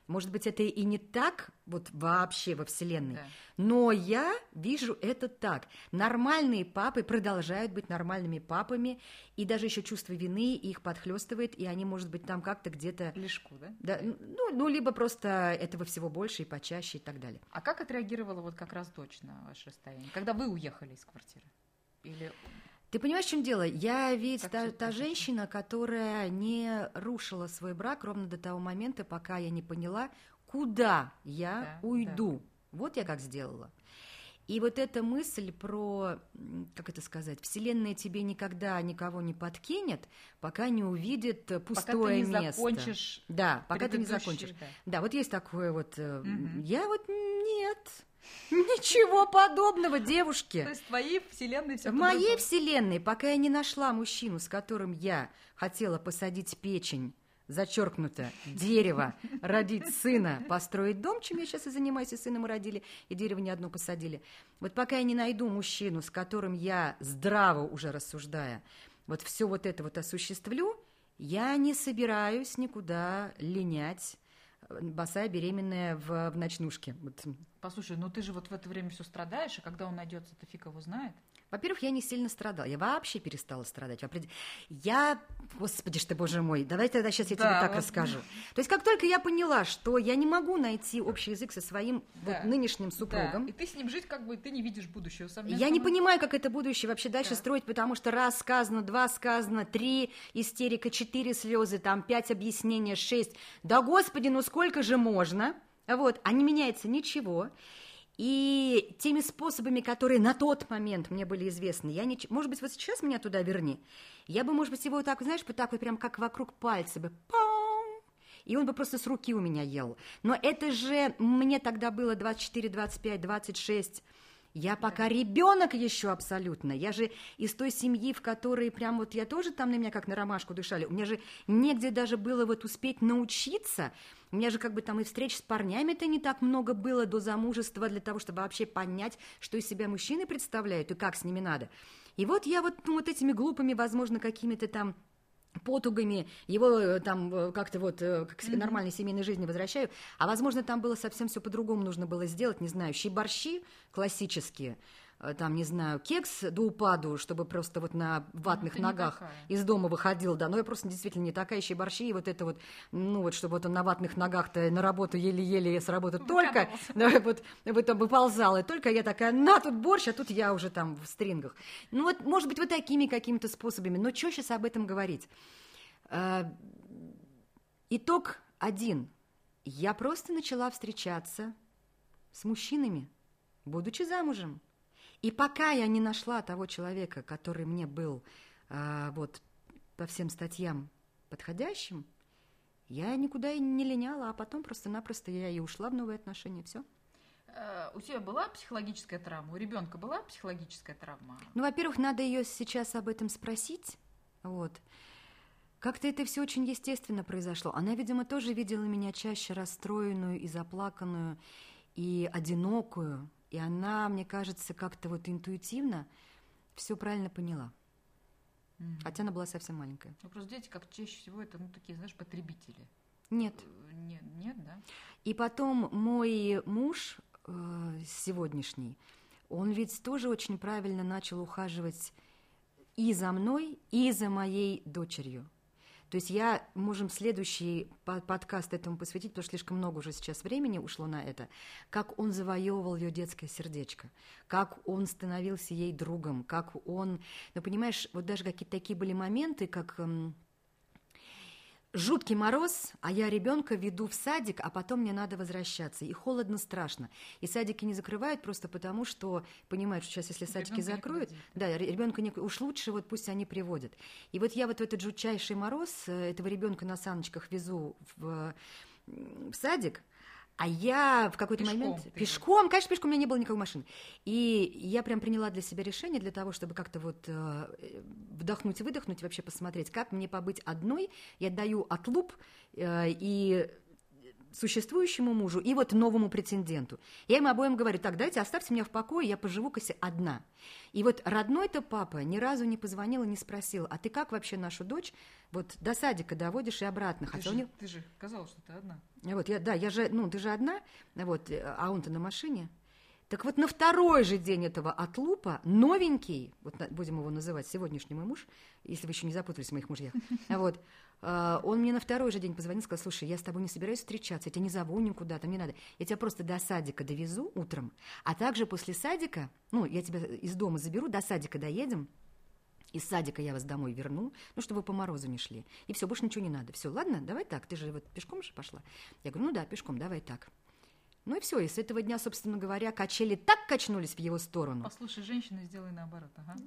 Может быть, это и не так вот вообще во Вселенной, Да. но я вижу это так. Нормальные папы продолжают быть нормальными папами, и даже еще чувство вины их подхлестывает, и они, может быть, там как-то где-то... Лишку, да? Да, ну, ну, либо просто этого всего больше и почаще и так далее. А как отреагировала вот как раз дочь на ваше расстояние, когда вы уехали из квартиры? Или... Ты понимаешь, в чем дело? Я ведь Как та, всё та произошло? женщина, которая не рушила свой брак ровно до того момента, пока я не поняла, куда я Да, уйду. Вот я как сделала. И вот эта мысль про, м, как это сказать, Вселенная тебе никогда никого не подкинет, пока не увидит э, пустое пока ты не место. закончишь Да, пока ты не предыдущие, закончишь. да. Да, вот есть такое вот. э, Мгм. Я вот нет. Ничего подобного, девушки. То есть в твоей вселенной все В моей вселенной, пока я не нашла мужчину, с которым я хотела посадить печень, зачеркнуто, дерево, родить сына, построить дом, чем я сейчас и занимаюсь, и сына мы родили, и дерево не одно посадили. Вот пока я не найду мужчину, с которым я здраво уже рассуждая, вот все вот это вот осуществлю, я не собираюсь никуда линять, босая, беременная в, в ночнушке. Вот. Послушай, ну ты же вот в это время все страдаешь, и когда он найдется, то фиг его знает. Во-первых, я не сильно страдала. Я вообще перестала страдать. Я, господи ж ты, боже мой, давай тогда сейчас я Да, тебе так вот. расскажу. То есть как только я поняла, что я не могу найти общий язык со своим Да. вот нынешним супругом, Да. И ты с ним жить как бы ты не видишь будущего совместного. я не понимаю, как это будущее вообще дальше Да. строить, потому что раз сказано, два сказано, три истерика, четыре слезы, там пять объяснений, шесть. Да, господи, ну сколько же можно? Вот, а не меняется ничего. И теми способами, которые на тот момент мне были известны, я не... Может быть, вот сейчас меня туда верни. Я бы, может быть, его вот так, знаешь, вот так вот прям как вокруг пальца бы... Пам! И он бы просто с руки у меня ел. Но это же мне тогда было двадцать четыре, двадцать пять, двадцать шесть. Я пока ребенок еще абсолютно. Я же из той семьи, в которой прям вот я тоже там на меня как на ромашку дышали. У меня же негде даже было вот успеть научиться. У меня же как бы там и встреч с парнями-то не так много было до замужества для того, чтобы вообще понять, что из себя мужчины представляют и как с ними надо. И вот я вот, ну, вот этими глупыми, возможно, какими-то там потугами его там как-то вот к mm-hmm. нормальной семейной жизни возвращаю, а возможно там было совсем все по-другому нужно было сделать, не знаю, щи-борщи классические, там, не знаю, кекс до упаду, чтобы просто вот на ватных ну, ногах из дома выходил, да, но я просто действительно не такая, щи-борщи, и вот это вот, ну вот, чтобы вот он на ватных ногах-то на работу еле-еле с работы только, да, вот, вот там выползал, и только я такая, на, тут борщ, а тут я уже там в стрингах. Ну вот, может быть, вот такими какими-то способами, но что сейчас об этом говорить? А, итог один. Я просто начала встречаться с мужчинами, будучи замужем. И пока я не нашла того человека, который мне был а, вот по всем статьям подходящим, я никуда и не линяла, а потом просто-напросто я и ушла в новые отношения, все. У тебя была психологическая травма? У ребенка была психологическая травма? Ну, во-первых, надо ее сейчас об этом спросить, вот. Как-то это все очень естественно произошло. Она, видимо, тоже видела меня чаще расстроенную и заплаканную, и одинокую. И она, мне кажется, как-то вот интуитивно все правильно поняла. Mm-hmm. Хотя она была совсем маленькая. Ну, просто дети, как чаще всего, это, ну, такие, знаешь, потребители. Нет. Нет, нет, да? И потом мой муж э, сегодняшний, он ведь тоже очень правильно начал ухаживать и за мной, и за моей дочерью. То есть я, можем следующий подкаст этому посвятить, потому что слишком много уже сейчас времени ушло на это, как он завоевывал ее детское сердечко, как он становился ей другом, как он... Ну, понимаешь, вот даже какие-то такие были моменты, как... Эм, жуткий мороз, а я ребенка веду в садик, а потом мне надо возвращаться. И холодно страшно. И садики не закрывают просто потому, что понимают, что сейчас, если садики ребенка закроют, да, ребенка не... уж лучше вот пусть они приводят. И вот я вот в этот жутчайший мороз этого ребенка на саночках везу в, в садик, а я в какой-то пешком, момент... Пешком, конечно, пешком, у меня не было никакой машины. И я прям приняла для себя решение для того, чтобы как-то вот э, вдохнуть и выдохнуть, вообще посмотреть, как мне побыть одной. Я даю отлуп э, и существующему мужу и вот новому претенденту. Я им обоим говорю: так, дайте, оставьте меня в покое, я поживу-ка одна. И вот родной-то папа ни разу не позвонил и не спросил: а ты как вообще нашу дочь вот до садика доводишь и обратно? Ты, Хотя же, у него... ты же сказала, что ты одна. Вот, я, да, я же, ну, ты же одна, вот, а он-то на машине. Так вот, на второй же день этого отлупа новенький, вот будем его называть сегодняшний мой муж, если вы еще не запутались в моих мужьях, вот, он мне на второй же день позвонил, сказал: слушай, я с тобой не собираюсь встречаться, я тебя не зову никуда, там не надо, я тебя просто до садика довезу утром, а также после садика, ну, я тебя из дома заберу, до садика доедем, из садика я вас домой верну, ну, чтобы вы по морозу не шли, и все, больше ничего не надо, все, ладно, давай так, ты же вот пешком же пошла? Я говорю: ну да, пешком, давай так. Ну и все, и с этого дня, собственно говоря, качели так качнулись в его сторону. Послушай, женщина, сделай наоборот, ага.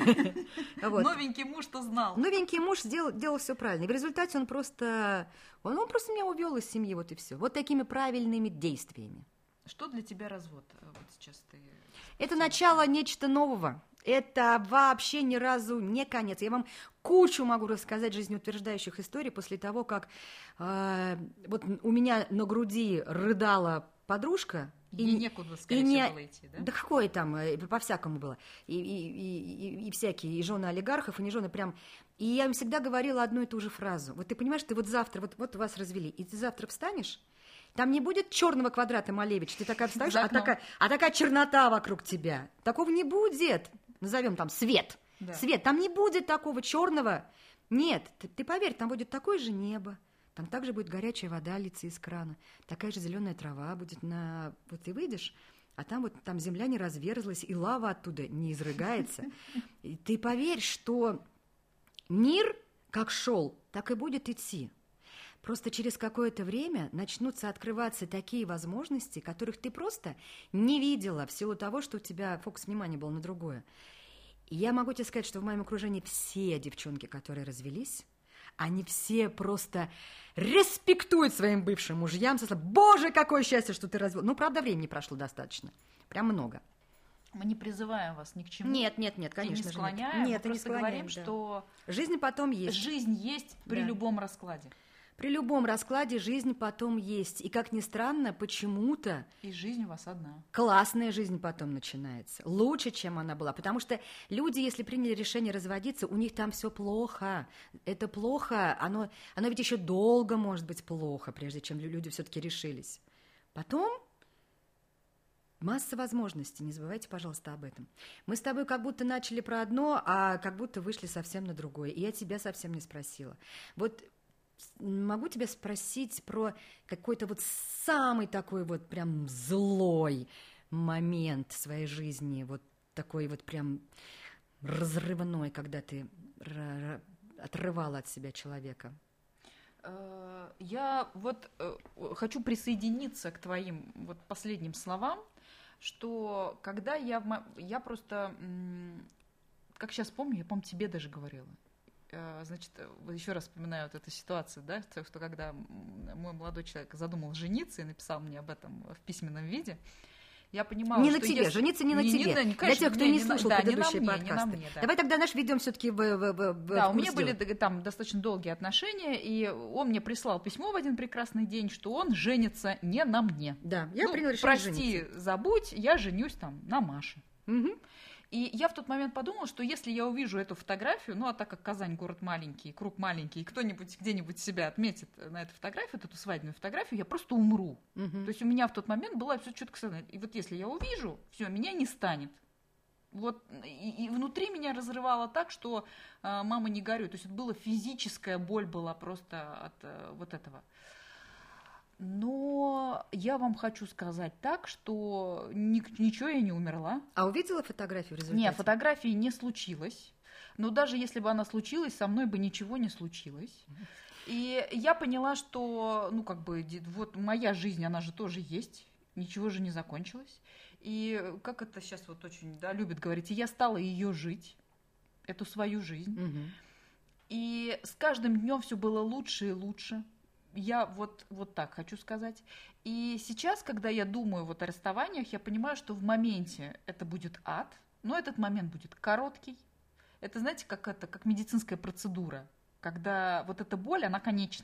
Вот. Новенький муж-то знал. Новенький муж сделал, делал все правильно. И в результате он просто, он, он просто меня увел из семьи, вот и все. Вот такими правильными действиями. Что для тебя развод? Вот сейчас ты... Это начало нечто нового. Это вообще ни разу не конец. Я вам кучу могу рассказать жизнеутверждающих историй после того, как э, вот у меня на груди рыдала подружка. И, и некуда, скорее и не, всего, было идти, да? Да какое там, по-всякому было. И, и, и, и всякие, и жены олигархов, и не жены прям. И я им всегда говорила одну и ту же фразу. Вот ты понимаешь, ты вот завтра, вот, вот вас развели, и ты завтра встанешь, там не будет черного квадрата, Малевич, ты такая встаешь, а такая, а такая чернота вокруг тебя. Такого не будет. Назовем там свет. Да. Свет, там не будет такого черного. Нет, ты, ты поверь, там будет такое же небо. Там также будет горячая вода литься из крана, такая же зеленая трава будет на... Вот ты выйдешь, а там вот там земля не разверзлась, и лава оттуда не изрыгается. И ты поверь, что мир как шел, так и будет идти. Просто через какое-то время начнутся открываться такие возможности, которых ты просто не видела в силу того, что у тебя фокус внимания был на другое. И я могу тебе сказать, что в моем окружении все девчонки, которые развелись, они все просто респектуют своим бывшим мужьям. Боже, какое счастье, что ты развел. Ну, правда, времени прошло достаточно. Прям много. Мы не призываем вас ни к чему. Нет, нет, нет, конечно же. И не склоняем. Нет, мы мы просто не говорим, да. что... Жизнь потом есть. Жизнь есть при да. любом раскладе. При любом раскладе жизнь потом есть. И, как ни странно, почему-то... И жизнь у вас одна. Классная жизнь потом начинается. Лучше, чем она была. Потому что люди, если приняли решение разводиться, у них там все плохо. Это плохо. Оно, оно ведь еще долго может быть плохо, прежде чем люди все-таки решились. Потом масса возможностей. Не забывайте, пожалуйста, об этом. Мы с тобой как будто начали про одно, а как будто вышли совсем на другое. И я тебя совсем не спросила. Вот... Могу тебя спросить про какой-то вот самый такой вот прям злой момент в своей жизни, вот такой вот прям разрывной, когда ты отрывала от себя человека? Я вот хочу присоединиться к твоим вот последним словам, что когда я, я просто, как сейчас помню, я, по-моему, тебе даже говорила, значит, еще раз вспоминаю вот эту ситуацию, да, что когда мой молодой человек задумал жениться и написал мне об этом в письменном виде, я понимала, не что... на тебе, если... жениться не на не, тебе. Не, не, конечно, для тех, кто не, не слушал на, предыдущие да, не подкасты. Мне, не мне, да. Давай тогда, наш ведем все-таки в, в, в Да, в у меня дела. были там достаточно долгие отношения, и он мне прислал письмо в один прекрасный день, что он женится не на мне. Да, я ну, приняла решение прости, жениться. забудь, я женюсь там на Маше. Угу. И я в тот момент подумала, что если я увижу эту фотографию, ну, а так как Казань город маленький, круг маленький, и кто-нибудь где-нибудь себя отметит на эту фотографию, эту свадебную фотографию, я просто умру. Угу. То есть у меня в тот момент было все четко сказано. И вот если я увижу, все, меня не станет. Вот, и, и внутри меня разрывало так, что э, мама не горюй. То есть это была физическая боль была просто от э, вот этого. Но я вам хочу сказать так, что ни, ничего я не умерла. А увидела фотографию в результате? Нет, фотографии не случилось. Но даже если бы она случилась, со мной бы ничего не случилось. И я поняла, что, ну, как бы, вот моя жизнь, она же тоже есть. Ничего же не закончилось. И как это сейчас вот очень, да, любят говорить, и я стала ее жить, эту свою жизнь. Угу. И с каждым днем все было лучше и лучше. Я вот, вот так хочу сказать. И сейчас, когда я думаю вот о расставаниях, я понимаю, что в моменте это будет ад, но этот момент будет короткий. Это, знаете, как, это, как медицинская процедура, когда вот эта боль, она конечна.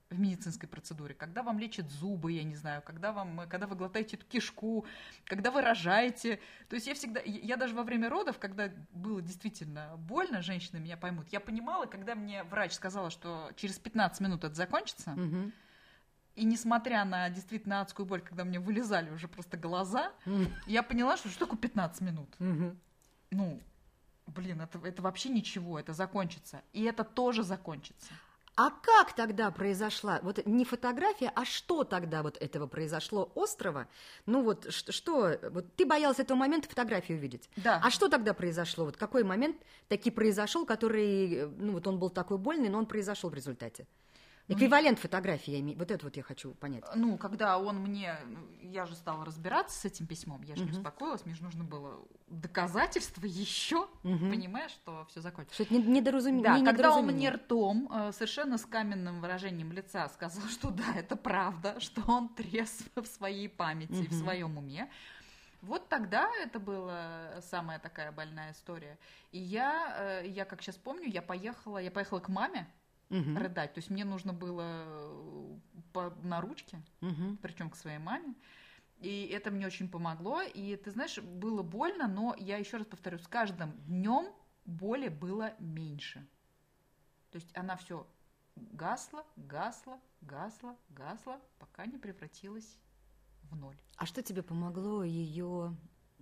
в медицинской процедуре, когда вам лечат зубы, я не знаю, когда, вам, когда вы глотаете эту кишку, когда вы рожаете. То есть я всегда, я даже во время родов, когда было действительно больно, женщины меня поймут, я понимала, когда мне врач сказала, что через пятнадцать минут это закончится, угу. и несмотря на действительно адскую боль, когда мне вылезали уже просто глаза, угу. я поняла, что что такое пятнадцать минут? Угу. Ну, блин, это, это вообще ничего, это закончится. И это тоже закончится. А как тогда произошла, вот не фотография, а что тогда вот этого произошло острого? Ну вот что, что вот ты боялась этого момента фотографию увидеть. Да. А что тогда произошло? Вот какой момент таки произошел, который, ну вот он был такой больный, но он произошел в результате? Эквивалент фотографии, я имею, вот это вот я хочу понять. Ну, когда он мне, я же стала разбираться с этим письмом, я же uh-huh. не успокоилась, мне же нужно было доказательства еще, uh-huh. понимаешь, что все закончилось. Что это недоразумение. Да, не когда недоразумение. Он мне ртом, совершенно с каменным выражением лица сказал, что да, это правда, что он трезв в своей памяти, uh-huh. в своем уме. Вот тогда это была самая такая больная история. И я, я как сейчас помню, я поехала, я поехала к маме, Uh-huh. рыдать. То есть мне нужно было по, на ручке, uh-huh. причем к своей маме. И это мне очень помогло. И ты знаешь, было больно, но я еще раз повторю, с каждым днем боли было меньше. То есть она все гасла, гасла, гасла, гасла, пока не превратилась в ноль. А что тебе помогло ее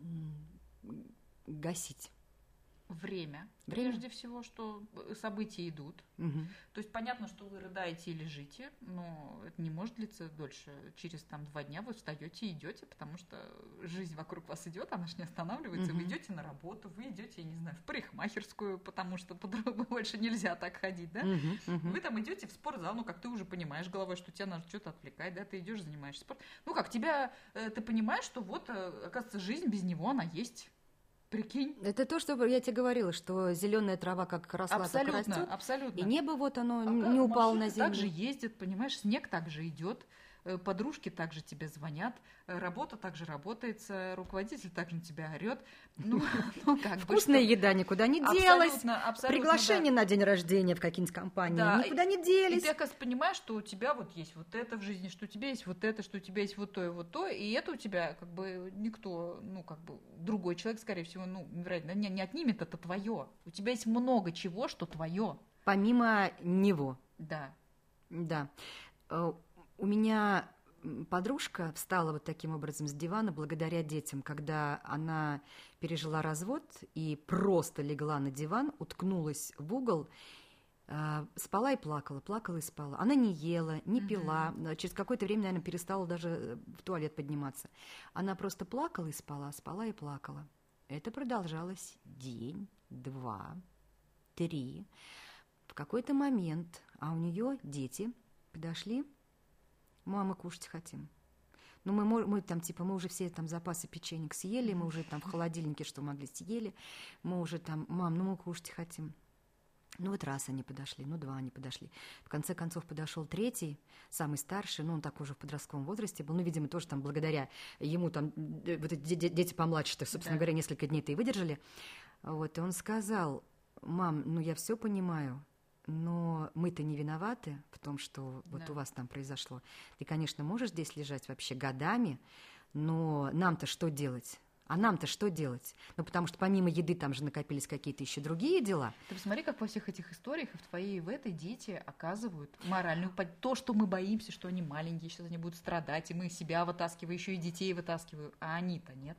гасить? Время. Время. Прежде всего, что события идут. Угу. То есть понятно, что вы рыдаете и лежите, но это не может длиться дольше. Через там два дня вы встаете и идете, потому что жизнь вокруг вас идет, она же не останавливается. Угу. Вы идете на работу, вы идете, я не знаю, в парикмахерскую, потому что по-другому больше нельзя так ходить, да? Угу. Угу. Вы там идете в спортзал, ну как ты уже понимаешь головой, что тебя надо что-то отвлекать, да? Ты идешь, занимаешься спортом. Ну как тебя, ты понимаешь, что вот, оказывается, жизнь без него, она есть. Прикинь. Это то, что я тебе говорила, что зеленая трава как росла, абсолютно, так растет. Абсолютно. И небо вот оно а не упало на землю. Так же ездит, понимаешь, снег также идет, подружки также тебе звонят, работа также работается, руководитель также на тебя орет. Ну, ну, как Вкусная бы, еда никуда не делась. Абсолютно, абсолютно, приглашение да. на день рождения в какие-нибудь компании да. никуда не делись. И ты, оказывается, понимаешь, что у тебя вот есть вот это в жизни, что у тебя есть вот это, что у тебя есть вот то и вот то, и это у тебя как бы никто, ну, как бы другой человек, скорее всего, ну, вероятно, не, не отнимет, это твое. У тебя есть много чего, что твое. Помимо него. Да. Да. У меня подружка встала вот таким образом с дивана благодаря детям, когда она пережила развод и просто легла на диван, уткнулась в угол, спала и плакала, плакала и спала. Она не ела, не пила, uh-huh. через какое-то время, наверное, перестала даже в туалет подниматься. Она просто плакала и спала, спала и плакала. Это продолжалось день, два, три. В какой-то момент, а у нее дети подошли: мама, кушать хотим. Ну, мы, мы там, типа, мы уже все там запасы печенек съели, мы уже там в холодильнике, что могли, съели. Мы уже там, мам, ну мы кушать хотим. Ну, вот раз они подошли, ну, два они подошли. В конце концов подошел третий, самый старший, ну, он так уже в подростковом возрасте был. Ну, видимо, тоже там благодаря ему там, вот эти дети помладше-то, собственно да. говоря, несколько дней-то и выдержали. Вот, и он сказал: мам, ну, я все понимаю, но мы-то не виноваты в том, что вот да. у вас там произошло. Ты, конечно, можешь здесь лежать вообще годами, но нам-то что делать? А нам-то что делать? Ну, потому что помимо еды там же накопились какие-то еще другие дела. Ты посмотри, как во всех этих историях в твоей и в этой дети оказывают моральную поддержку. То, что мы боимся, что они маленькие, сейчас они будут страдать, и мы себя вытаскиваем, еще и детей вытаскиваем, а они-то нет.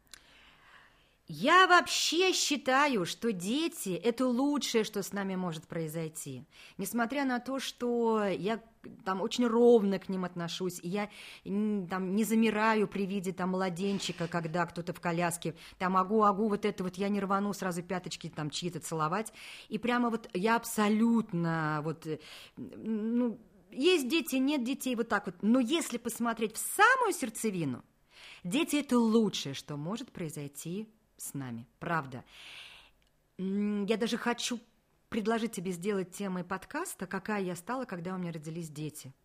Я вообще считаю, что дети – это лучшее, что с нами может произойти. Несмотря на то, что я там очень ровно к ним отношусь, и я там не замираю при виде там младенчика, когда кто-то в коляске, там агу-агу, вот это вот я не рвану сразу пяточки там чьи-то целовать. И прямо вот я абсолютно вот, ну, есть дети, нет детей, вот так вот. Но если посмотреть в самую сердцевину, дети – это лучшее, что может произойти с нами, правда. Я даже хочу предложить тебе сделать темой подкаста «Какая я стала, когда у меня родились дети».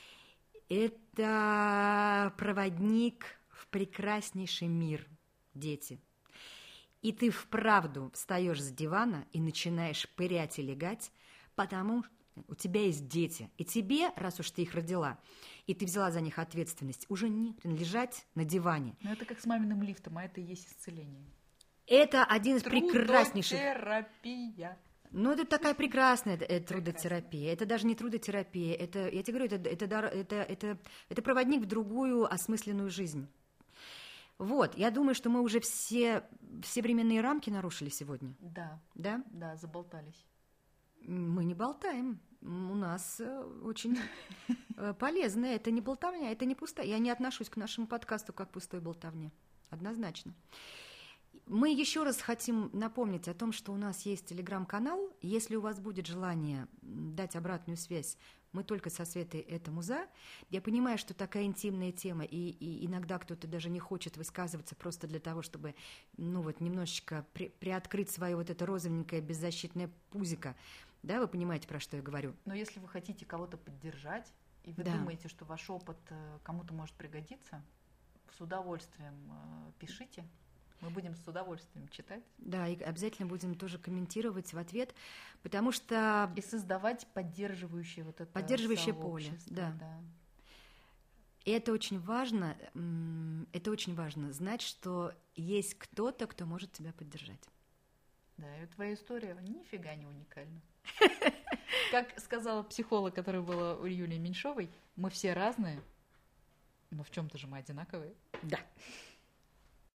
Это проводник в прекраснейший мир, дети. И ты вправду встаешь с дивана и начинаешь пырять и легать, потому у тебя есть дети, и тебе, раз уж ты их родила, и ты взяла за них ответственность, уже не лежать на диване. Ну, это как с маминым лифтом, а это и есть исцеление. Это один из прекраснейших... Трудотерапия. Ну, это такая прекрасная это, трудотерапия. Это даже не трудотерапия. Это, я тебе говорю, это, это, это, это, это проводник в другую осмысленную жизнь. Вот, я думаю, что мы уже все, все временные рамки нарушили сегодня. Да. Да? Да, заболтались. Мы не болтаем. У нас очень полезно. Это не болтовня, это не пустая. Я не отношусь к нашему подкасту как к пустой болтовне. Однозначно. Мы еще раз хотим напомнить о том, что у нас есть телеграм-канал. Если у вас будет желание дать обратную связь, мы только со Светой этому за. Я понимаю, что такая интимная тема, и, и иногда кто-то даже не хочет высказываться просто для того, чтобы ну вот, немножечко при, приоткрыть свое вот это розовенькое беззащитное пузико. Да, вы понимаете, про что я говорю? Но если вы хотите кого-то поддержать, и вы да. думаете, что ваш опыт кому-то может пригодиться, с удовольствием пишите. Мы будем с удовольствием читать. Да, и обязательно будем тоже комментировать в ответ, потому что... И создавать поддерживающее вот это поддерживающее поле, да. да. И это очень важно, это очень важно, знать, что есть кто-то, кто может тебя поддержать. Да, и твоя история нифига не уникальна. Как сказала психолог, которая была у Юлии Меньшовой, мы все разные, но в чем-то же мы одинаковые. Да.